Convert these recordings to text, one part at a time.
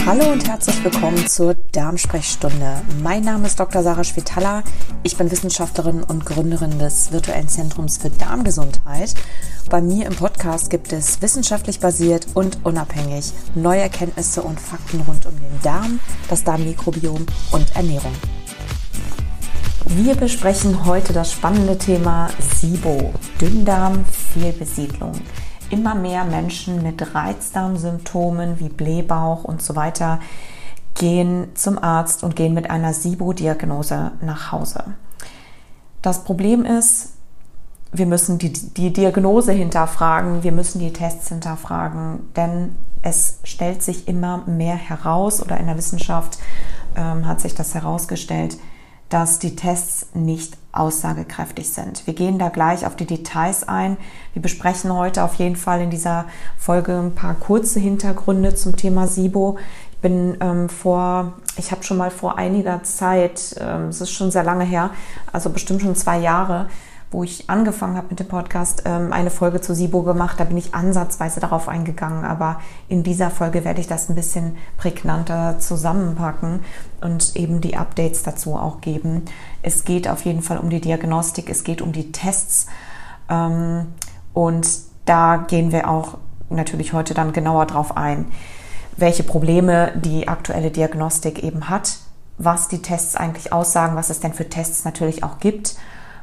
Hallo und herzlich willkommen zur Darmsprechstunde. Mein Name ist Dr. Sarah Schwetala. Ich bin Wissenschaftlerin und Gründerin des virtuellen Zentrums für Darmgesundheit. Bei mir im Podcast gibt es wissenschaftlich basiert und unabhängig neue Erkenntnisse und Fakten rund um den Darm, das Darmmikrobiom und Ernährung. Wir besprechen heute das spannende Thema SIBO, Dünndarm-Fehlbesiedlung. Immer mehr Menschen mit Reizdarmsymptomen wie Blähbauch und so weiter gehen zum Arzt und gehen mit einer SIBO-Diagnose nach Hause. Das Problem ist, wir müssen die Diagnose hinterfragen, wir müssen die Tests hinterfragen, denn es stellt sich immer mehr heraus, oder in der Wissenschaft hat sich das herausgestellt, dass die Tests nicht aussagekräftig sind. Wir gehen da gleich auf die Details ein. Wir besprechen heute auf jeden Fall in dieser Folge ein paar kurze Hintergründe zum Thema SIBO. Ich habe schon mal vor einiger Zeit, es ist schon sehr lange her, also bestimmt schon 2 Jahre, wo ich angefangen habe mit dem Podcast, eine Folge zu SIBO gemacht. Da bin ich ansatzweise darauf eingegangen, aber in dieser Folge werde ich das ein bisschen prägnanter zusammenpacken und eben die Updates dazu auch geben. Es geht auf jeden Fall um die Diagnostik, es geht um die Tests und da gehen wir auch natürlich heute dann genauer drauf ein, welche Probleme die aktuelle Diagnostik eben hat, was die Tests eigentlich aussagen, was es denn für Tests natürlich auch gibt,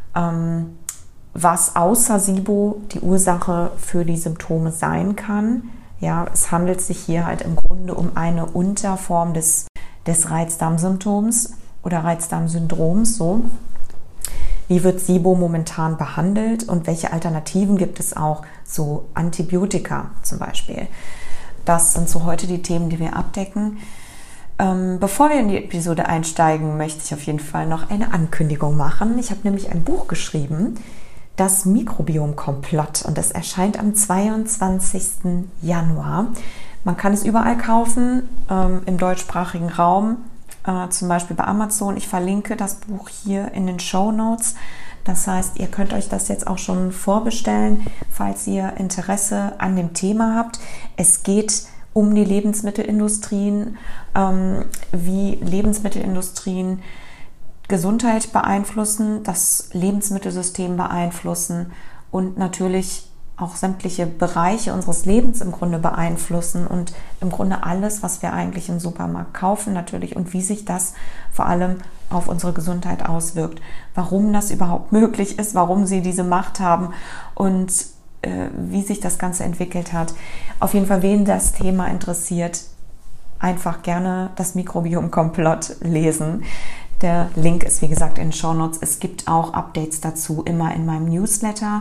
was außer SIBO die Ursache für die Symptome sein kann. Ja, es handelt sich hier halt im Grunde um eine Unterform des Reizdarmsymptoms oder Reizdarmsyndroms. So. Wie wird SIBO momentan behandelt und welche Alternativen gibt es auch, so Antibiotika zum Beispiel? Das sind so heute die Themen, die wir abdecken. Bevor wir in die Episode einsteigen, möchte ich auf jeden Fall noch eine Ankündigung machen. Ich habe nämlich ein Buch geschrieben, das Mikrobiom-Komplott, und es erscheint am 22. Januar. Man kann es überall kaufen, im deutschsprachigen Raum, zum Beispiel bei Amazon. Ich verlinke das Buch hier in den Shownotes. Das heißt, ihr könnt euch das jetzt auch schon vorbestellen, falls ihr Interesse an dem Thema habt. Es geht um die Lebensmittelindustrien, wie Lebensmittelindustrien Gesundheit beeinflussen, das Lebensmittelsystem beeinflussen und natürlich auch sämtliche Bereiche unseres Lebens im Grunde beeinflussen und im Grunde alles, was wir eigentlich im Supermarkt kaufen natürlich, und wie sich das vor allem auf unsere Gesundheit auswirkt, warum das überhaupt möglich ist, warum sie diese Macht haben und wie sich das Ganze entwickelt hat. Auf jeden Fall, wen das Thema interessiert, einfach gerne das Mikrobiom-Komplott lesen. Der Link ist wie gesagt in den Shownotes. Es gibt auch Updates dazu immer in meinem Newsletter.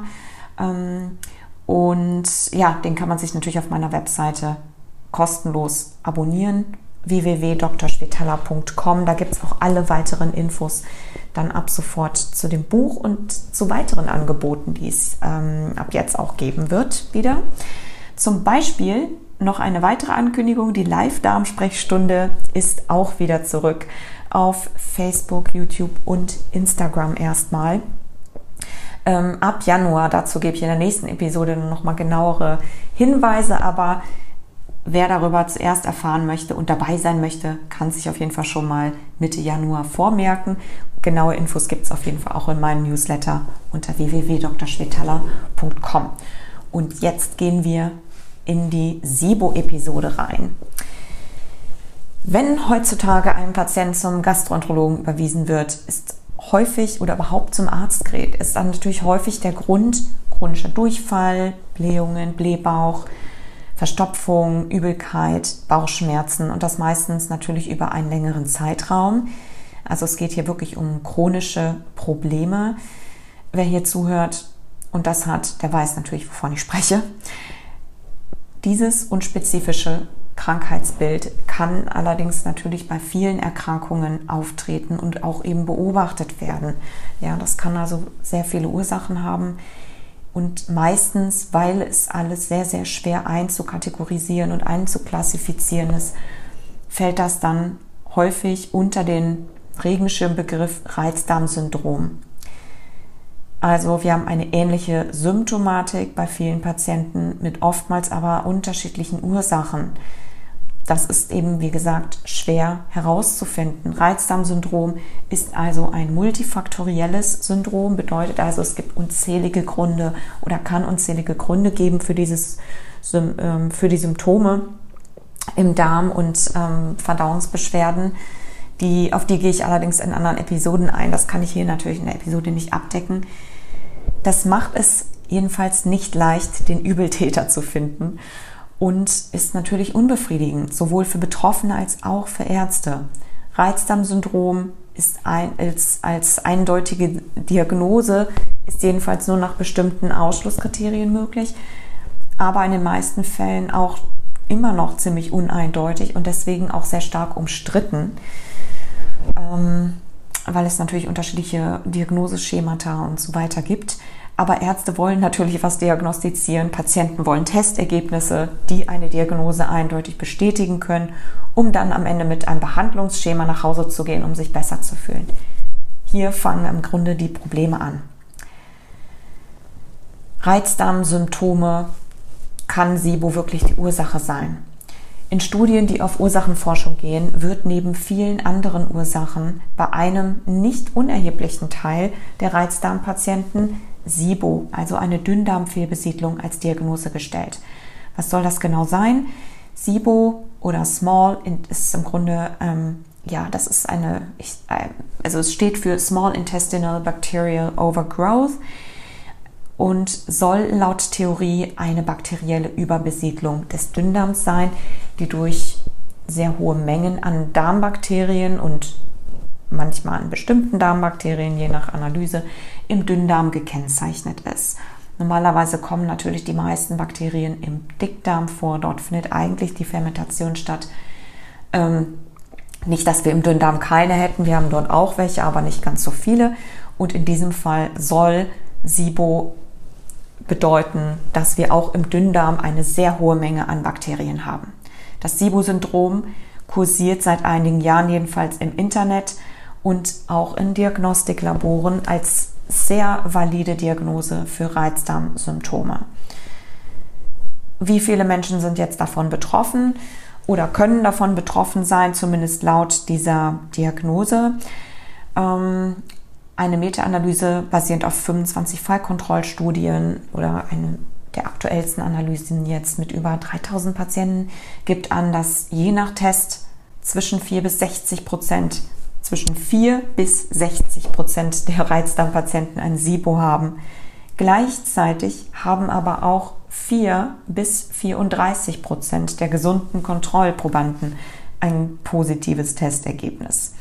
Und ja, den kann man sich natürlich auf meiner Webseite kostenlos abonnieren. www.drschwetala.com. Da gibt es auch alle weiteren Infos dann ab sofort zu dem Buch und zu weiteren Angeboten, die es ab jetzt auch geben wird wieder. Zum Beispiel noch eine weitere Ankündigung: Die Live-Darm-Sprechstunde ist auch wieder zurück auf Facebook, YouTube und Instagram erstmal. Ab Januar, dazu gebe ich in der nächsten Episode nochmal genauere Hinweise, aber wer darüber zuerst erfahren möchte und dabei sein möchte, kann sich auf jeden Fall schon mal Mitte Januar vormerken. Genaue Infos gibt es auf jeden Fall auch in meinem Newsletter unter www.drschwetala.com. Und jetzt gehen wir in die SIBO-Episode rein. Wenn heutzutage ein Patient zum Gastroenterologen überwiesen wird, ist häufig oder überhaupt zum Arzt gerät, ist dann natürlich häufig der Grund chronischer Durchfall, Blähungen, Blähbauch, Verstopfung, Übelkeit, Bauchschmerzen, und das meistens natürlich über einen längeren Zeitraum. Also es geht hier wirklich um chronische Probleme. Wer hier zuhört und das hat, der weiß natürlich, wovon ich spreche. Dieses unspezifische Krankheitsbild kann allerdings natürlich bei vielen Erkrankungen auftreten und auch eben beobachtet werden. Ja, das kann also sehr viele Ursachen haben. Und meistens, weil es alles sehr, sehr schwer einzukategorisieren und einzuklassifizieren ist, fällt das dann häufig unter den Regenschirmbegriff Reizdarmsyndrom. Also wir haben eine ähnliche Symptomatik bei vielen Patienten mit oftmals aber unterschiedlichen Ursachen. das ist eben, wie gesagt, schwer herauszufinden. Reizdarmsyndrom ist also ein multifaktorielles Syndrom, bedeutet also, es gibt unzählige Gründe oder kann unzählige Gründe geben für die Symptome im Darm und Verdauungsbeschwerden. Auf die gehe ich allerdings in anderen Episoden ein. Das kann ich hier natürlich in der Episode nicht abdecken. Das macht es jedenfalls nicht leicht, den Übeltäter zu finden und ist natürlich unbefriedigend, sowohl für Betroffene als auch für Ärzte. Reizdarmsyndrom ist als eindeutige Diagnose, ist jedenfalls nur nach bestimmten Ausschlusskriterien möglich, aber in den meisten Fällen auch immer noch ziemlich uneindeutig und deswegen auch sehr stark umstritten, weil es natürlich unterschiedliche Diagnoseschemata und so weiter gibt. Aber Ärzte wollen natürlich was diagnostizieren, Patienten wollen Testergebnisse, die eine Diagnose eindeutig bestätigen können, um dann am Ende mit einem Behandlungsschema nach Hause zu gehen, um sich besser zu fühlen. Hier fangen im Grunde die Probleme an. Reizdarmsymptome kann SIBO wirklich die Ursache sein. In Studien, die auf Ursachenforschung gehen, wird neben vielen anderen Ursachen bei einem nicht unerheblichen Teil der Reizdarmpatienten SIBO, also eine Dünndarmfehlbesiedlung, als Diagnose gestellt. Was soll das genau sein? SIBO oder Small ist im Grunde, das ist es steht für Small Intestinal Bacterial Overgrowth und soll laut Theorie eine bakterielle Überbesiedlung des Dünndarms sein, die durch sehr hohe Mengen an Darmbakterien und manchmal an bestimmten Darmbakterien, je nach Analyse, im Dünndarm gekennzeichnet ist. Normalerweise kommen natürlich die meisten Bakterien im Dickdarm vor. Dort findet eigentlich die Fermentation statt. Nicht, dass wir im Dünndarm keine hätten, wir haben dort auch welche, aber nicht ganz so viele. Und in diesem Fall soll SIBO bedeuten, dass wir auch im Dünndarm eine sehr hohe Menge an Bakterien haben. Das SIBO-Syndrom kursiert seit einigen Jahren jedenfalls im Internet und auch in Diagnostiklaboren als sehr valide Diagnose für Reizdarmsymptome. Wie viele Menschen sind jetzt davon betroffen oder können davon betroffen sein, zumindest laut dieser Diagnose? Eine Meta-Analyse basierend auf 25 Fallkontrollstudien oder eine der aktuellsten Analysen jetzt mit über 3000 Patienten gibt an, dass je nach Test zwischen 4 bis 60% der Reizdarmpatienten ein SIBO haben. Gleichzeitig haben aber auch 4 bis 34% der gesunden Kontrollprobanden ein positives Testergebnis.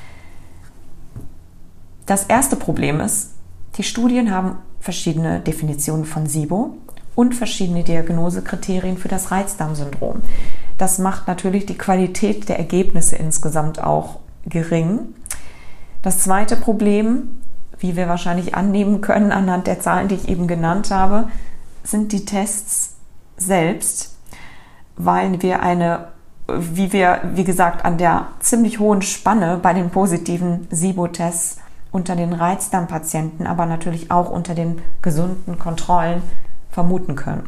Das erste Problem ist, die Studien haben verschiedene Definitionen von SIBO und verschiedene Diagnosekriterien für das Reizdarmsyndrom. Das macht natürlich die Qualität der Ergebnisse insgesamt auch gering. Das zweite Problem, wie wir wahrscheinlich annehmen können anhand der Zahlen, die ich eben genannt habe, sind die Tests selbst, weil wir wie gesagt, an der ziemlich hohen Spanne bei den positiven SIBO-Tests unter den Reizdarmpatienten, aber natürlich auch unter den gesunden Kontrollen vermuten können.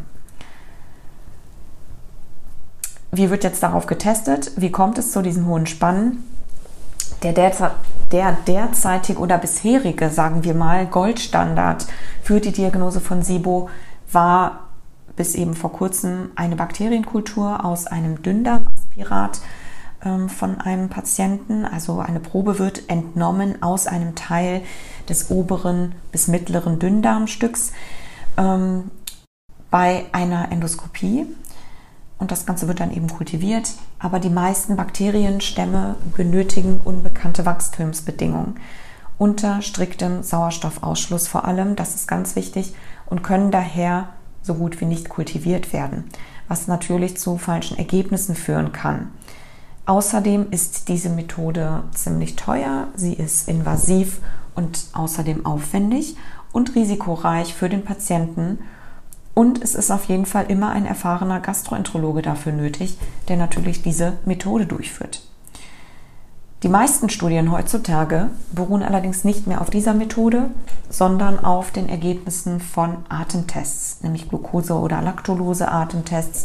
Wie wird jetzt darauf getestet? Wie kommt es zu diesen hohen Spannen? Der derzeitige oder bisherige, sagen wir mal, Goldstandard für die Diagnose von SIBO war bis eben vor kurzem eine Bakterienkultur aus einem Dünndarmaspirat von einem Patienten. Also eine Probe wird entnommen aus einem Teil des oberen bis mittleren Dünndarmstücks bei einer Endoskopie. Und das Ganze wird dann eben kultiviert. Aber die meisten Bakterienstämme benötigen unbekannte Wachstumsbedingungen unter striktem Sauerstoffausschluss vor allem. Das ist ganz wichtig und können daher so gut wie nicht kultiviert werden, was natürlich zu falschen Ergebnissen führen kann. Außerdem ist diese Methode ziemlich teuer, sie ist invasiv und außerdem aufwendig und risikoreich für den Patienten. Und es ist auf jeden Fall immer ein erfahrener Gastroenterologe dafür nötig, der natürlich diese Methode durchführt. Die meisten Studien heutzutage beruhen allerdings nicht mehr auf dieser Methode, sondern auf den Ergebnissen von Atemtests, nämlich Glucose- oder Lactulose-Atemtests,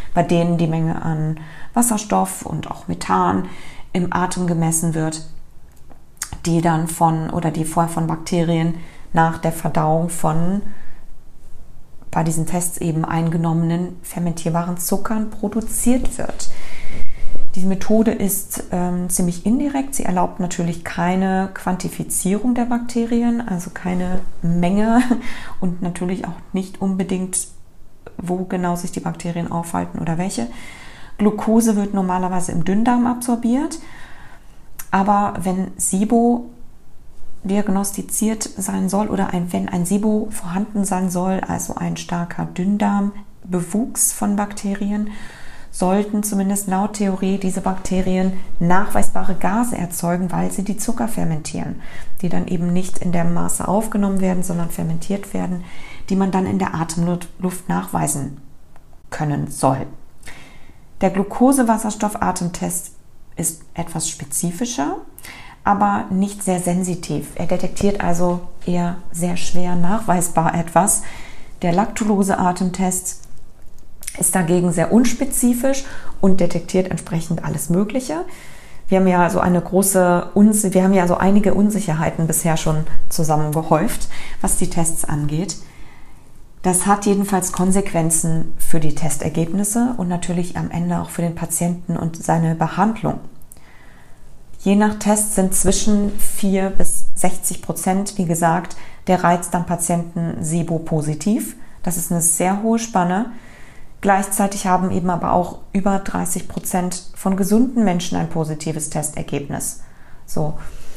bei denen die Menge an Wasserstoff und auch Methan im Atem gemessen wird, die vorher von Bakterien nach der Verdauung von bei diesen Tests eben eingenommenen fermentierbaren Zuckern produziert wird. Diese Methode ist ziemlich indirekt. Sie erlaubt natürlich keine Quantifizierung der Bakterien, also keine Menge und natürlich auch nicht unbedingt, wo genau sich die Bakterien aufhalten oder welche. Glucose wird normalerweise im Dünndarm absorbiert, aber wenn SIBO diagnostiziert sein soll oder wenn ein SIBO vorhanden sein soll, also ein starker Dünndarmbewuchs von Bakterien, sollten zumindest laut Theorie diese Bakterien nachweisbare Gase erzeugen, weil sie die Zucker fermentieren, die dann eben nicht in der Maße aufgenommen werden, sondern fermentiert werden, die man dann in der Atemluft nachweisen können soll. Der Glucose-Wasserstoff-Atemtest ist etwas spezifischer, aber nicht sehr sensitiv. Er detektiert also eher sehr schwer nachweisbar etwas. Der Lactulose-Atemtest ist dagegen sehr unspezifisch und detektiert entsprechend alles Mögliche. Wir haben ja so einige Unsicherheiten bisher schon zusammengehäuft, was die Tests angeht. Das hat jedenfalls Konsequenzen für die Testergebnisse und natürlich am Ende auch für den Patienten und seine Behandlung. Je nach Test sind zwischen 4 bis 60%, wie gesagt, der Reizdarmpatienten SIBO-positiv. Das ist eine sehr hohe Spanne. Gleichzeitig haben eben aber auch über 30% von gesunden Menschen ein positives Testergebnis. So,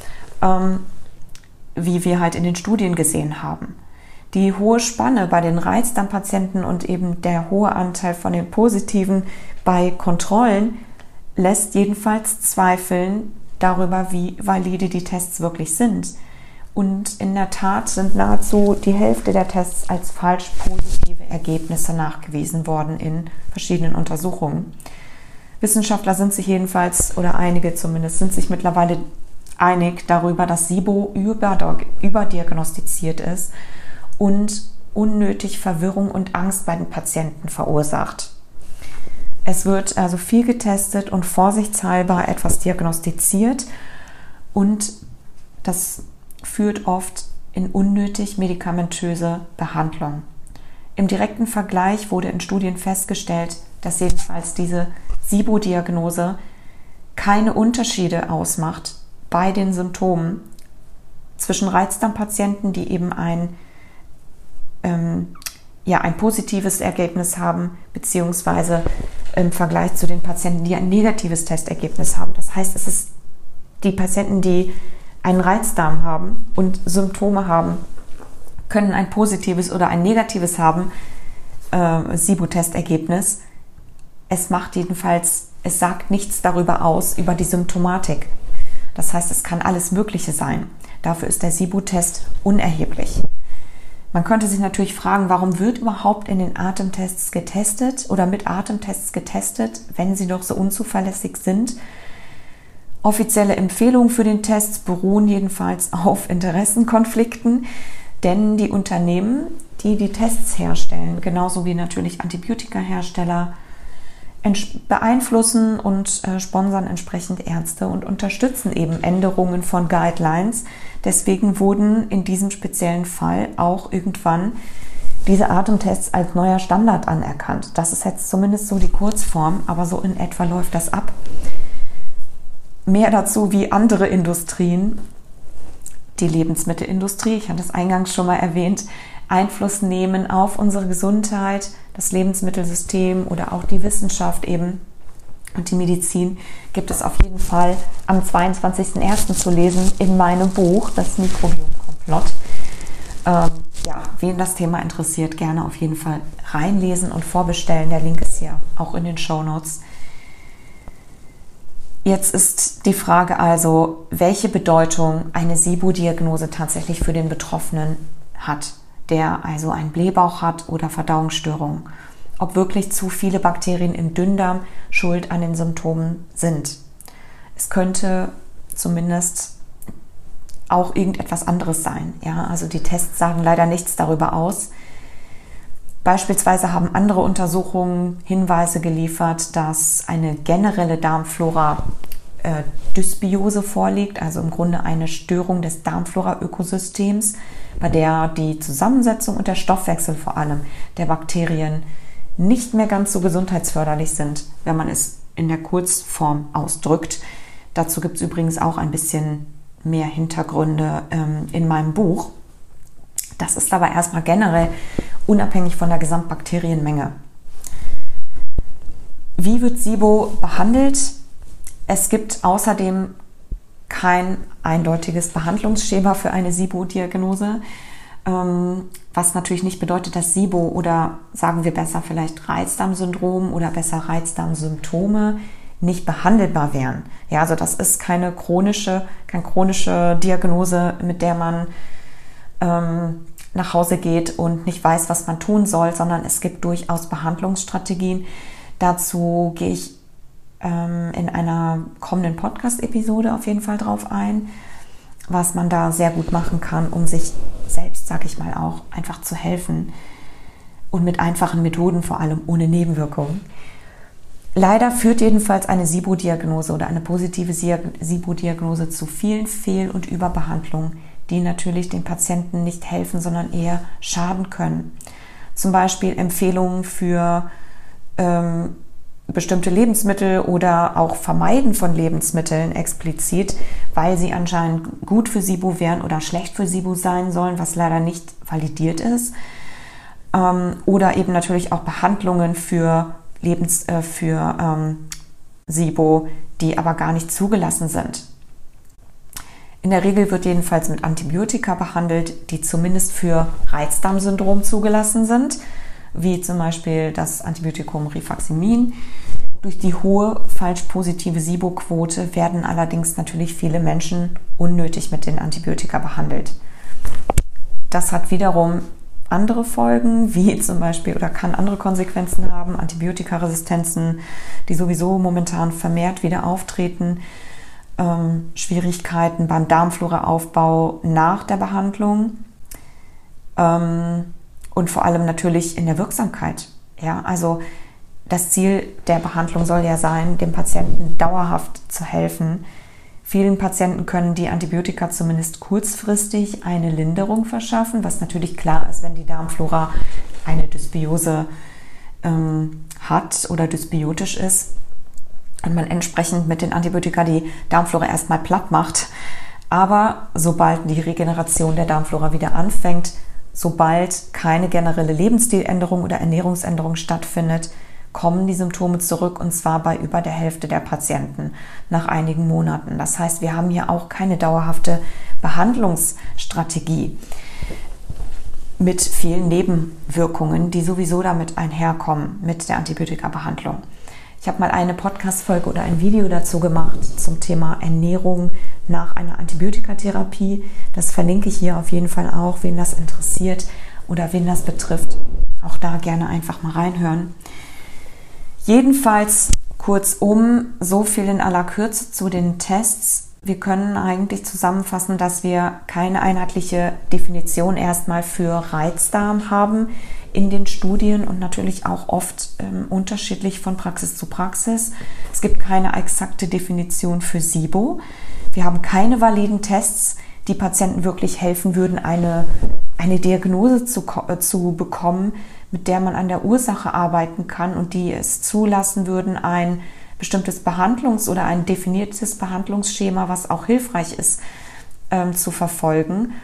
wie wir halt in den Studien gesehen haben. Die hohe Spanne bei den Reizdarmpatienten und eben der hohe Anteil von den Positiven bei Kontrollen lässt jedenfalls zweifeln darüber, wie valide die Tests wirklich sind. Und in der Tat sind nahezu die Hälfte der Tests als falsch positive Ergebnisse nachgewiesen worden in verschiedenen Untersuchungen. Wissenschaftler sind sich jedenfalls, oder einige zumindest, sind sich mittlerweile einig darüber, dass SIBO überdiagnostiziert ist und unnötig Verwirrung und Angst bei den Patienten verursacht. Es wird also viel getestet und vorsichtshalber etwas diagnostiziert und das führt oft in unnötig medikamentöse Behandlung. Im direkten Vergleich wurde in Studien festgestellt, dass jedenfalls diese SIBO-Diagnose keine Unterschiede ausmacht bei den Symptomen zwischen Reizdarmpatienten, die eben ein positives Ergebnis haben, beziehungsweise im Vergleich zu den Patienten, die ein negatives Testergebnis haben. Das heißt, es ist die Patienten, die einen Reizdarm haben und Symptome haben, können ein positives oder ein negatives haben, SIBO-Testergebnis. Es sagt nichts darüber aus, über die Symptomatik. Das heißt, es kann alles Mögliche sein. Dafür ist der SIBO-Test unerheblich. Man könnte sich natürlich fragen, warum wird überhaupt in den Atemtests getestet oder mit Atemtests getestet, wenn sie doch so unzuverlässig sind. Offizielle Empfehlungen für den Test beruhen jedenfalls auf Interessenkonflikten, denn die Unternehmen, die die Tests herstellen, genauso wie natürlich Antibiotikahersteller, beeinflussen und sponsern entsprechend Ärzte und unterstützen eben Änderungen von Guidelines. Deswegen wurden in diesem speziellen Fall auch irgendwann diese Atemtests als neuer Standard anerkannt. Das ist jetzt zumindest so die Kurzform, aber so in etwa läuft das ab. Mehr dazu, wie andere Industrien, die Lebensmittelindustrie, ich hatte es eingangs schon mal erwähnt, Einfluss nehmen auf unsere Gesundheit, das Lebensmittelsystem oder auch die Wissenschaft eben und die Medizin, gibt es auf jeden Fall am 22.01. zu lesen in meinem Buch, das Mikrobiom-Komplott. Wen das Thema interessiert, gerne auf jeden Fall reinlesen und vorbestellen. Der Link ist hier auch in den Shownotes. Jetzt ist die Frage also, welche Bedeutung eine SIBO-Diagnose tatsächlich für den Betroffenen hat, der also einen Blähbauch hat oder Verdauungsstörungen. Ob wirklich zu viele Bakterien im Dünndarm schuld an den Symptomen sind. Es könnte zumindest auch irgendetwas anderes sein. Ja, also die Tests sagen leider nichts darüber aus. Beispielsweise haben andere Untersuchungen Hinweise geliefert, dass eine generelle Darmflora Dysbiose vorliegt, also im Grunde eine Störung des Darmflora-Ökosystems, bei der die Zusammensetzung und der Stoffwechsel vor allem der Bakterien nicht mehr ganz so gesundheitsförderlich sind, wenn man es in der Kurzform ausdrückt. Dazu gibt es übrigens auch ein bisschen mehr Hintergründe in meinem Buch. Das ist aber erstmal generell unabhängig von der Gesamtbakterienmenge. Wie wird SIBO behandelt? Es gibt außerdem kein eindeutiges Behandlungsschema für eine SIBO-Diagnose, was natürlich nicht bedeutet, dass SIBO oder sagen wir besser vielleicht Reizdarmsyndrom oder besser Reizdarmsymptome nicht behandelbar wären. Ja, also das ist keine chronische Diagnose, mit der man nach Hause geht und nicht weiß, was man tun soll, sondern es gibt durchaus Behandlungsstrategien. Dazu gehe ich in einer kommenden Podcast-Episode auf jeden Fall drauf ein, was man da sehr gut machen kann, um sich selbst, sag ich mal, auch einfach zu helfen und mit einfachen Methoden, vor allem ohne Nebenwirkungen. Leider führt jedenfalls eine SIBO-Diagnose oder eine positive SIBO-Diagnose zu vielen Fehl- und Überbehandlungen, die natürlich den Patienten nicht helfen, sondern eher schaden können. Zum Beispiel Empfehlungen für bestimmte Lebensmittel oder auch Vermeiden von Lebensmitteln explizit, weil sie anscheinend gut für SIBO wären oder schlecht für SIBO sein sollen, was leider nicht validiert ist. Oder eben natürlich auch Behandlungen für SIBO, die aber gar nicht zugelassen sind. In der Regel wird jedenfalls mit Antibiotika behandelt, die zumindest für Reizdarmsyndrom zugelassen sind, wie zum Beispiel das Antibiotikum Rifaximin. Durch die hohe falsch positive SIBO-Quote werden allerdings natürlich viele Menschen unnötig mit den Antibiotika behandelt. Das hat wiederum andere Folgen, wie zum Beispiel oder kann andere Konsequenzen haben, Antibiotikaresistenzen, die sowieso momentan vermehrt wieder auftreten, Schwierigkeiten beim Darmfloraaufbau nach der Behandlung und vor allem natürlich in der Wirksamkeit. Ja, also das Ziel der Behandlung soll ja sein, dem Patienten dauerhaft zu helfen. Vielen Patienten können die Antibiotika zumindest kurzfristig eine Linderung verschaffen, was natürlich klar ist, wenn die Darmflora eine Dysbiose hat oder dysbiotisch ist und man entsprechend mit den Antibiotika die Darmflora erstmal platt macht. Aber sobald die Regeneration der Darmflora wieder anfängt, sobald keine generelle Lebensstiländerung oder Ernährungsänderung stattfindet, kommen die Symptome zurück, und zwar bei über der Hälfte der Patienten nach einigen Monaten. Das heißt, wir haben hier auch keine dauerhafte Behandlungsstrategie mit vielen Nebenwirkungen, die sowieso damit einherkommen mit der Antibiotika-Behandlung. Ich habe mal eine Podcast-Folge oder ein Video dazu gemacht zum Thema Ernährung nach einer Antibiotikatherapie. Das verlinke ich hier auf jeden Fall auch, wen das interessiert oder wen das betrifft. Auch da gerne einfach mal reinhören. Jedenfalls kurzum, so viel in aller Kürze zu den Tests. Wir können eigentlich zusammenfassen, dass wir keine einheitliche Definition erstmal für Reizdarm haben in den Studien und natürlich auch oft unterschiedlich von Praxis zu Praxis. Es gibt keine exakte Definition für SIBO. Wir haben keine validen Tests, die Patienten wirklich helfen würden, eine Diagnose zu bekommen, mit der man an der Ursache arbeiten kann und die es zulassen würden, ein bestimmtes oder ein definiertes Behandlungsschema, was auch hilfreich ist, zu verfolgen.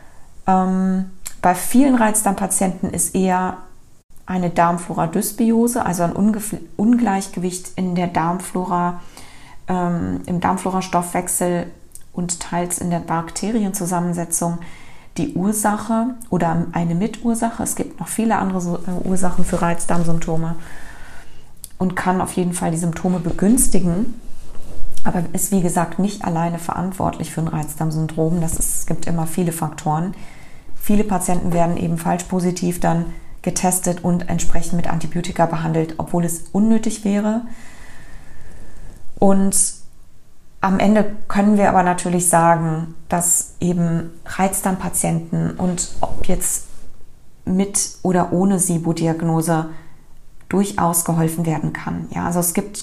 Bei vielen Reizdarmpatienten ist eher eine Darmflora-Dysbiose, also ein Ungleichgewicht in der Darmflora, im Darmflora-Stoffwechsel und teils in der Bakterienzusammensetzung die Ursache oder eine Mitursache. Es gibt noch viele andere Ursachen für Reizdarmsymptome und kann auf jeden Fall die Symptome begünstigen, aber ist wie gesagt nicht alleine verantwortlich für ein Reizdarmsyndrom. Es gibt immer viele Faktoren. Viele Patienten werden eben falsch positiv dann getestet und entsprechend mit Antibiotika behandelt, obwohl es unnötig wäre. Und am Ende können wir aber natürlich sagen, dass eben Reizdarmpatienten und ob jetzt mit oder ohne SIBO-Diagnose durchaus geholfen werden kann. Ja, also es gibt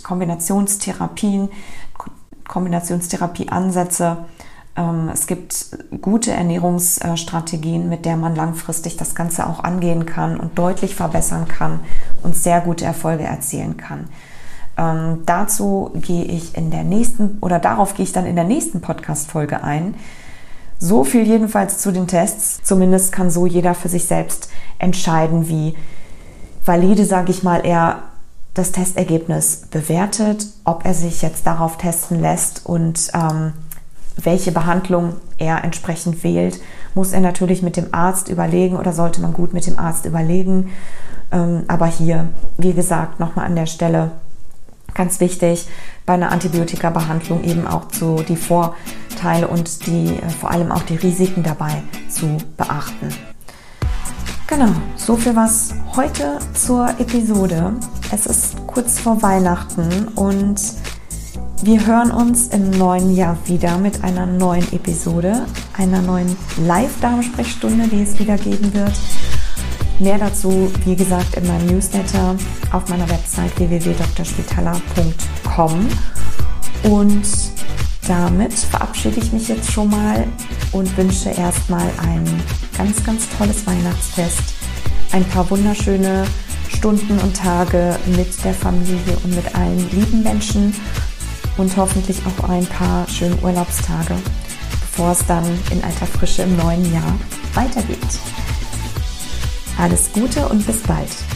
Kombinationstherapieansätze. Es gibt gute Ernährungsstrategien, mit der man langfristig das Ganze auch angehen kann und deutlich verbessern kann und sehr gute Erfolge erzielen kann. Darauf gehe ich dann in der nächsten Podcast-Folge ein. So viel jedenfalls zu den Tests. Zumindest kann so jeder für sich selbst entscheiden, wie valide, sage ich mal, er das Testergebnis bewertet, ob er sich jetzt darauf testen lässt und welche Behandlung er entsprechend wählt, muss er natürlich mit dem Arzt überlegen oder sollte man gut mit dem Arzt überlegen. Aber hier, wie gesagt, nochmal an der Stelle ganz wichtig, bei einer Antibiotika-Behandlung eben auch die Vorteile und vor allem auch die Risiken dabei zu beachten. Genau, so viel was heute zur Episode. Es ist kurz vor Weihnachten und wir hören uns im neuen Jahr wieder mit einer neuen Episode, einer neuen Live-Darmsprechstunde, die es wieder geben wird. Mehr dazu, wie gesagt, in meinem Newsletter auf meiner Website www.drspitaler.com. Und damit verabschiede ich mich jetzt schon mal und wünsche erstmal ein ganz, ganz tolles Weihnachtsfest, ein paar wunderschöne Stunden und Tage mit der Familie und mit allen lieben Menschen und hoffentlich auch ein paar schöne Urlaubstage, bevor es dann in alter Frische im neuen Jahr weitergeht. Alles Gute und bis bald.